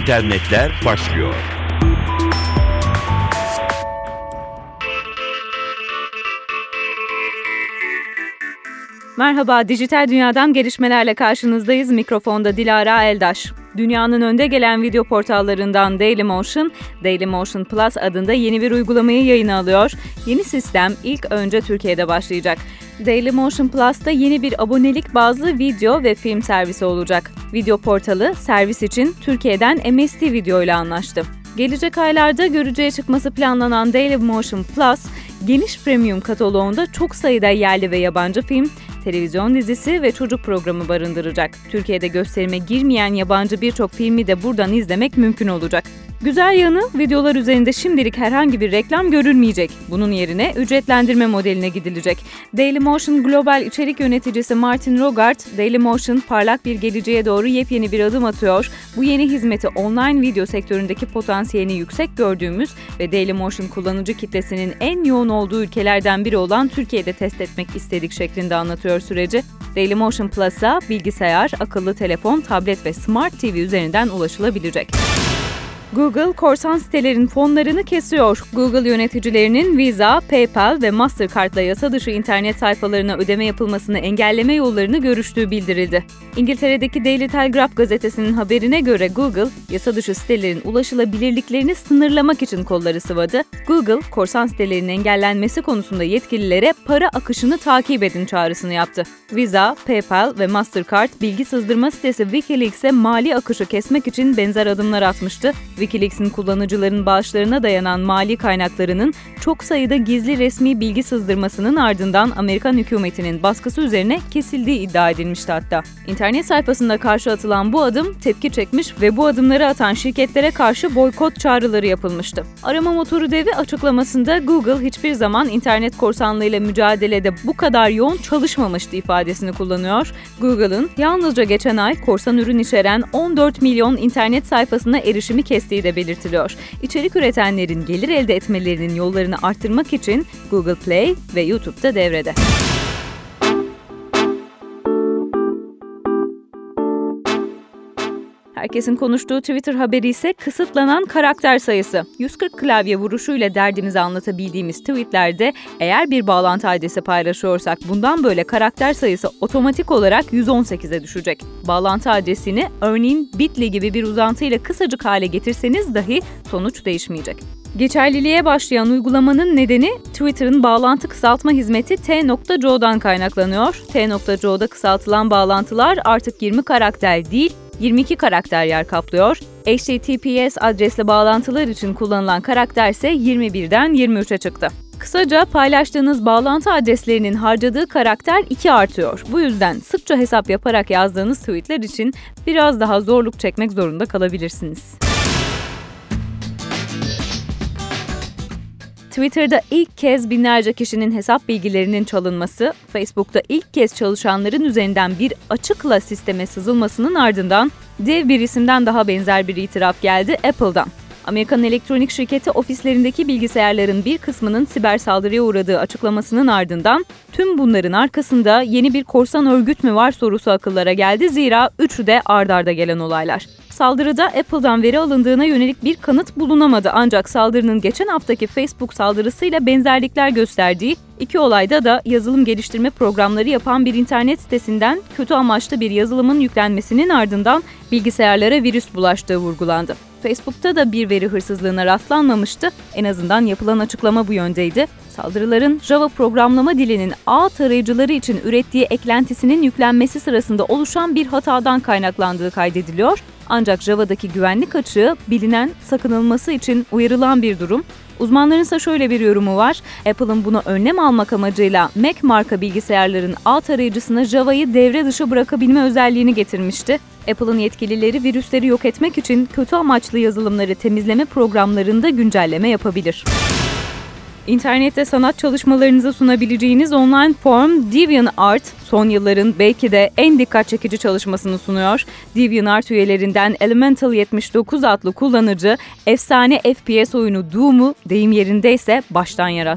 internetler başlıyor. Merhaba, dijital dünyadan gelişmelerle karşınızdayız. Mikrofonda Dilara Eldaş. Dünyanın önde gelen video portallarından Dailymotion Plus adında yeni bir uygulamayı yayına alıyor. Yeni sistem ilk önce Türkiye'de başlayacak. Dailymotion Plus'ta yeni bir abonelik bazlı video ve film servisi olacak. Video portalı servis için Türkiye'den MST Video ile anlaştı. Gelecek aylarda görücüye çıkması planlanan Dailymotion Plus, geniş premium kataloğunda çok sayıda yerli ve yabancı film, televizyon dizisi ve çocuk programı barındıracak. Türkiye'de gösterime girmeyen yabancı birçok filmi de buradan izlemek mümkün olacak. Güzel yanı, videolar üzerinde şimdilik herhangi bir reklam görülmeyecek. Bunun yerine ücretlendirme modeline gidilecek. Dailymotion Global içerik yöneticisi Martin Rogart, Dailymotion parlak bir geleceğe doğru yepyeni bir adım atıyor. Bu yeni hizmeti online video sektöründeki potansiyelini yüksek gördüğümüz ve Dailymotion kullanıcı kitlesinin en yoğun olduğu ülkelerden biri olan Türkiye'de test etmek istedik şeklinde anlatıyor süreci. Dailymotion Plus'a bilgisayar, akıllı telefon, tablet ve Smart TV üzerinden ulaşılabilecek. Google, korsan sitelerin fonlarını kesiyor. Google yöneticilerinin Visa, PayPal ve Mastercard'la yasa dışı internet sayfalarına ödeme yapılmasını engelleme yollarını görüştüğü bildirildi. İngiltere'deki Daily Telegraph gazetesinin haberine göre Google, yasa dışı sitelerin ulaşılabilirliklerini sınırlamak için kolları sıvadı. Google, korsan sitelerin engellenmesi konusunda yetkililere para akışını takip edin çağrısını yaptı. Visa, PayPal ve Mastercard, bilgi sızdırma sitesi Wikileaks'e mali akışı kesmek için benzer adımlar atmıştı. Wikileaks'in kullanıcıların bağışlarına dayanan mali kaynaklarının çok sayıda gizli resmi bilgi sızdırmasının ardından Amerikan hükümetinin baskısı üzerine kesildiği iddia edilmişti hatta. İnternet sayfasında karşı atılan bu adım tepki çekmiş ve bu adımları atan şirketlere karşı boykot çağrıları yapılmıştı. Arama motoru devi açıklamasında Google hiçbir zaman internet korsanlığıyla mücadelede bu kadar yoğun çalışmamıştı ifadesini kullanıyor. Google'ın yalnızca geçen ay korsan ürün içeren 14 milyon internet sayfasına erişimi kestiği de belirtiliyor. İçerik üretenlerin gelir elde etmelerinin yollarını arttırmak için Google Play ve YouTube'da devrede. Herkesin konuştuğu Twitter haberi ise kısıtlanan karakter sayısı. 140 klavye vuruşuyla derdimizi anlatabildiğimiz tweetlerde eğer bir bağlantı adresi paylaşıyorsak bundan böyle karakter sayısı otomatik olarak 118'e düşecek. Bağlantı adresini örneğin Bitly gibi bir uzantıyla kısacık hale getirseniz dahi sonuç değişmeyecek. Geçerliliğe başlayan uygulamanın nedeni Twitter'ın bağlantı kısaltma hizmeti T.Co'dan kaynaklanıyor. T.Co'da kısaltılan bağlantılar artık 20 karakter değil, 22 karakter yer kaplıyor. HTTPS adresli bağlantılar için kullanılan karakter ise 21'den 23'e çıktı. Kısaca paylaştığınız bağlantı adreslerinin harcadığı karakter 2 artıyor. Bu yüzden sıkça hesap yaparak yazdığınız tweetler için biraz daha zorluk çekmek zorunda kalabilirsiniz. Twitter'da ilk kez binlerce kişinin hesap bilgilerinin çalınması, Facebook'ta ilk kez çalışanların üzerinden bir açıkla sisteme sızılmasının ardından dev bir isimden daha benzer bir itiraf geldi Apple'dan. Amerikan elektronik şirketi ofislerindeki bilgisayarların bir kısmının siber saldırıya uğradığı açıklamasının ardından tüm bunların arkasında yeni bir korsan örgüt mü var sorusu akıllara geldi. Zira üçü de ard arda gelen olaylar. Saldırıda Apple'dan veri alındığına yönelik bir kanıt bulunamadı ancak saldırının geçen haftaki Facebook saldırısıyla benzerlikler gösterdiği iki olayda da yazılım geliştirme programları yapan bir internet sitesinden kötü amaçlı bir yazılımın yüklenmesinin ardından bilgisayarlara virüs bulaştığı vurgulandı. Facebook'ta da bir veri hırsızlığına rastlanmamıştı. En azından yapılan açıklama bu yöndeydi. Saldırıların Java programlama dilinin ağ tarayıcıları için ürettiği eklentisinin yüklenmesi sırasında oluşan bir hatadan kaynaklandığı kaydediliyor. Ancak Java'daki güvenlik açığı bilinen, sakınılması için uyarılan bir durum. Uzmanların ise şöyle bir yorumu var. Apple'ın buna önlem almak amacıyla Mac marka bilgisayarların ağ tarayıcısına Java'yı devre dışı bırakabilme özelliğini getirmişti. Apple'ın yetkilileri virüsleri yok etmek için kötü amaçlı yazılımları temizleme programlarında güncelleme yapabilir. İnternette sanat çalışmalarınızı sunabileceğiniz online form DeviantArt son yılların belki de en dikkat çekici çalışmasını sunuyor. DeviantArt üyelerinden Elemental 79 adlı kullanıcı efsane FPS oyunu Doom'u deyim yerindeyse baştan yarattı.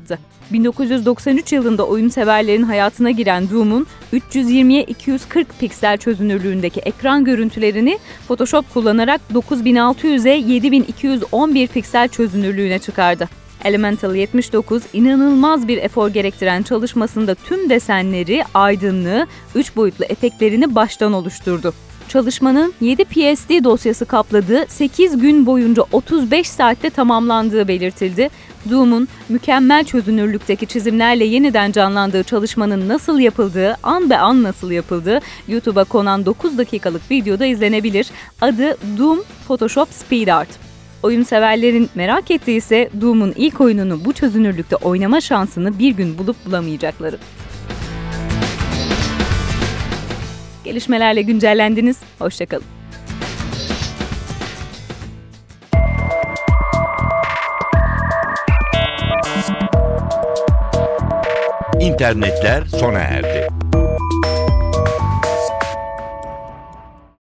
1993 yılında oyun severlerin hayatına giren Doom'un 320'ye 240 piksel çözünürlüğündeki ekran görüntülerini Photoshop kullanarak 9600'e 7211 piksel çözünürlüğüne çıkardı. Elemental 79 inanılmaz bir efor gerektiren çalışmasında tüm desenleri, aydınlığı, 3 boyutlu efektlerini baştan oluşturdu. Çalışmanın 7 PSD dosyası kapladığı 8 gün boyunca 35 saatte tamamlandığı belirtildi. Doom'un mükemmel çözünürlükteki çizimlerle yeniden canlandığı çalışmanın nasıl yapıldığı, an be an nasıl yapıldığı YouTube'a konan 9 dakikalık videoda izlenebilir. Adı Doom Photoshop Speed Art. Oyun severlerin merak ettiği ise Doom'un ilk oyununu bu çözünürlükte oynama şansını bir gün bulup bulamayacakları. Gelişmelerle güncellendiniz. Hoşça kalın. İnternetler sona erdi.